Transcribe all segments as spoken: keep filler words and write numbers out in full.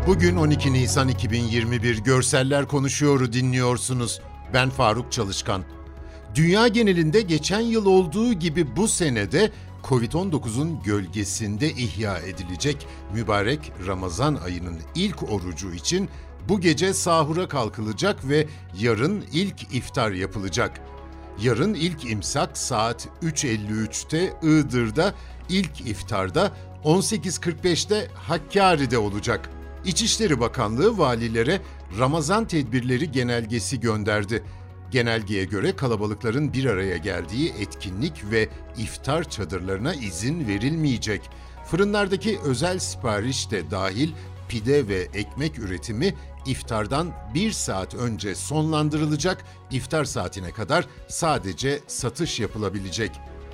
Bugün on iki Nisan iki bin yirmi bir, Görseller Konuşuyor'u dinliyorsunuz. Ben Faruk Çalışkan. Dünya genelinde geçen yıl olduğu gibi bu senede kovid on dokuzun gölgesinde ihya edilecek mübarek Ramazan ayının ilk orucu için bu gece sahura kalkılacak ve yarın ilk iftar yapılacak. Yarın ilk imsak saat üç elli üçte Iğdır'da, ilk iftarda on sekiz kırk beşte Hakkari'de olacak. İçişleri Bakanlığı valilere Ramazan tedbirleri genelgesi gönderdi. Genelgeye göre kalabalıkların bir araya geldiği etkinlik ve iftar çadırlarına izin verilmeyecek. Fırınlardaki özel sipariş de dahil pide ve ekmek üretimi iftardan bir saat önce sonlandırılacak, iftar saatine kadar sadece satış yapılabilecek.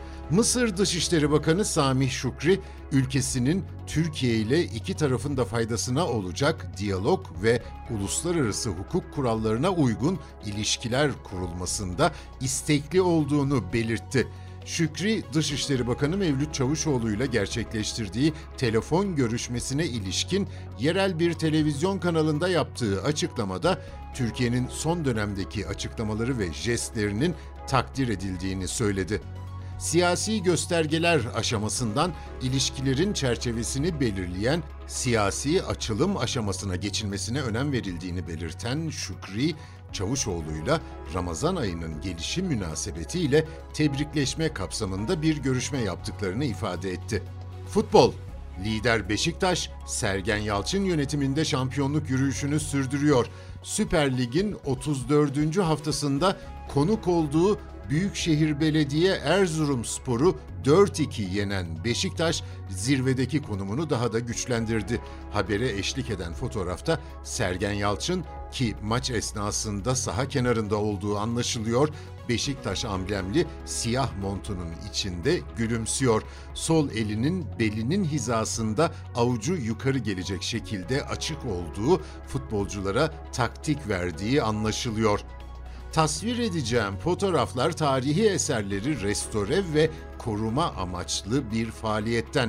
Mısır Dışişleri Bakanı Samih Şükri, ülkesinin Türkiye ile iki tarafın da faydasına olacak diyalog ve uluslararası hukuk kurallarına uygun ilişkiler kurulmasında istekli olduğunu belirtti. Şükri, Dışişleri Bakanı Mevlüt Çavuşoğlu ile gerçekleştirdiği telefon görüşmesine ilişkin yerel bir televizyon kanalında yaptığı açıklamada Türkiye'nin son dönemdeki açıklamaları ve jestlerinin takdir edildiğini söyledi. Siyasi göstergeler aşamasından ilişkilerin çerçevesini belirleyen siyasi açılım aşamasına geçilmesine önem verildiğini belirten Şükri, Çavuşoğlu'yla Ramazan ayının gelişi münasebetiyle tebrikleşme kapsamında bir görüşme yaptıklarını ifade etti. Futbol. Lider Beşiktaş, Sergen Yalçın yönetiminde şampiyonluk yürüyüşünü sürdürüyor. Süper Lig'in otuz dördüncü haftasında konuk olduğu Büyükşehir Belediye Erzurumspor'u dört iki yenen Beşiktaş, zirvedeki konumunu daha da güçlendirdi. Habere eşlik eden fotoğrafta Sergen Yalçın, ki maç esnasında saha kenarında olduğu anlaşılıyor, Beşiktaş amblemli siyah montunun içinde gülümsüyor. Sol elinin belinin hizasında avucu yukarı gelecek şekilde açık olduğu, futbolculara taktik verdiği anlaşılıyor. Tasvir edeceğim fotoğraflar tarihi eserleri restore ve koruma amaçlı bir faaliyetten.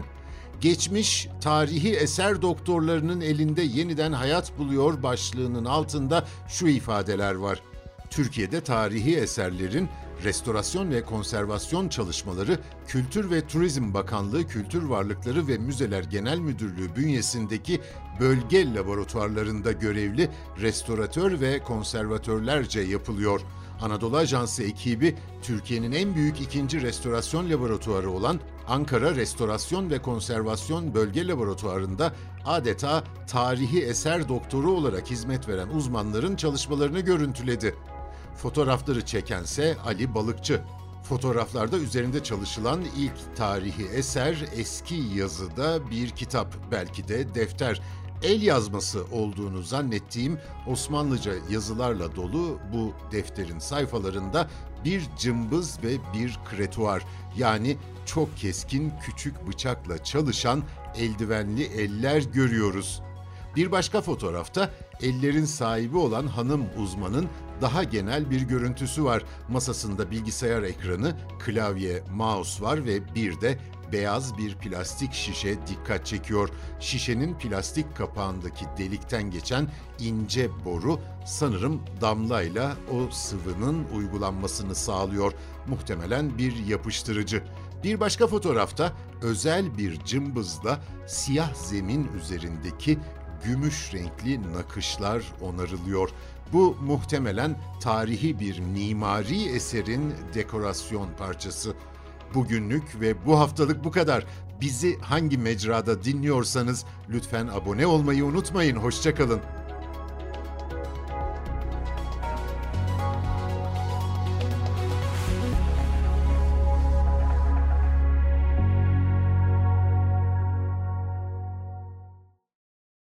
Geçmiş tarihi eser doktorlarının elinde yeniden hayat buluyor başlığının altında şu ifadeler var. Türkiye'de tarihi eserlerin restorasyon ve konservasyon çalışmaları Kültür ve Turizm Bakanlığı Kültür Varlıkları ve Müzeler Genel Müdürlüğü bünyesindeki bölge laboratuvarlarında görevli restoratör ve konservatörlerce yapılıyor. Anadolu Ajansı ekibi, Türkiye'nin en büyük ikinci restorasyon laboratuvarı olan Ankara Restorasyon ve Konservasyon Bölge Laboratuvarı'nda adeta tarihi eser doktoru olarak hizmet veren uzmanların çalışmalarını görüntüledi. Fotoğrafları çekense Ali Balıkçı. Fotoğraflarda üzerinde çalışılan ilk tarihi eser eski yazıda bir kitap, belki de defter. El yazması olduğunu zannettiğim Osmanlıca yazılarla dolu bu defterin sayfalarında bir cımbız ve bir kretuar, yani çok keskin küçük bıçakla çalışan eldivenli eller görüyoruz. Bir başka fotoğrafta ellerin sahibi olan hanım uzmanın daha genel bir görüntüsü var. Masasında bilgisayar ekranı, klavye, mouse var ve bir de beyaz bir plastik şişe dikkat çekiyor. Şişenin plastik kapağındaki delikten geçen ince boru sanırım damlayla o sıvının uygulanmasını sağlıyor. Muhtemelen bir yapıştırıcı. Bir başka fotoğrafta özel bir cımbızla siyah zemin üzerindeki gümüş renkli nakışlar onarılıyor. Bu muhtemelen tarihi bir mimari eserin dekorasyon parçası. Bugünlük ve bu haftalık bu kadar. Bizi hangi mecrada dinliyorsanız lütfen abone olmayı unutmayın. Hoşça kalın.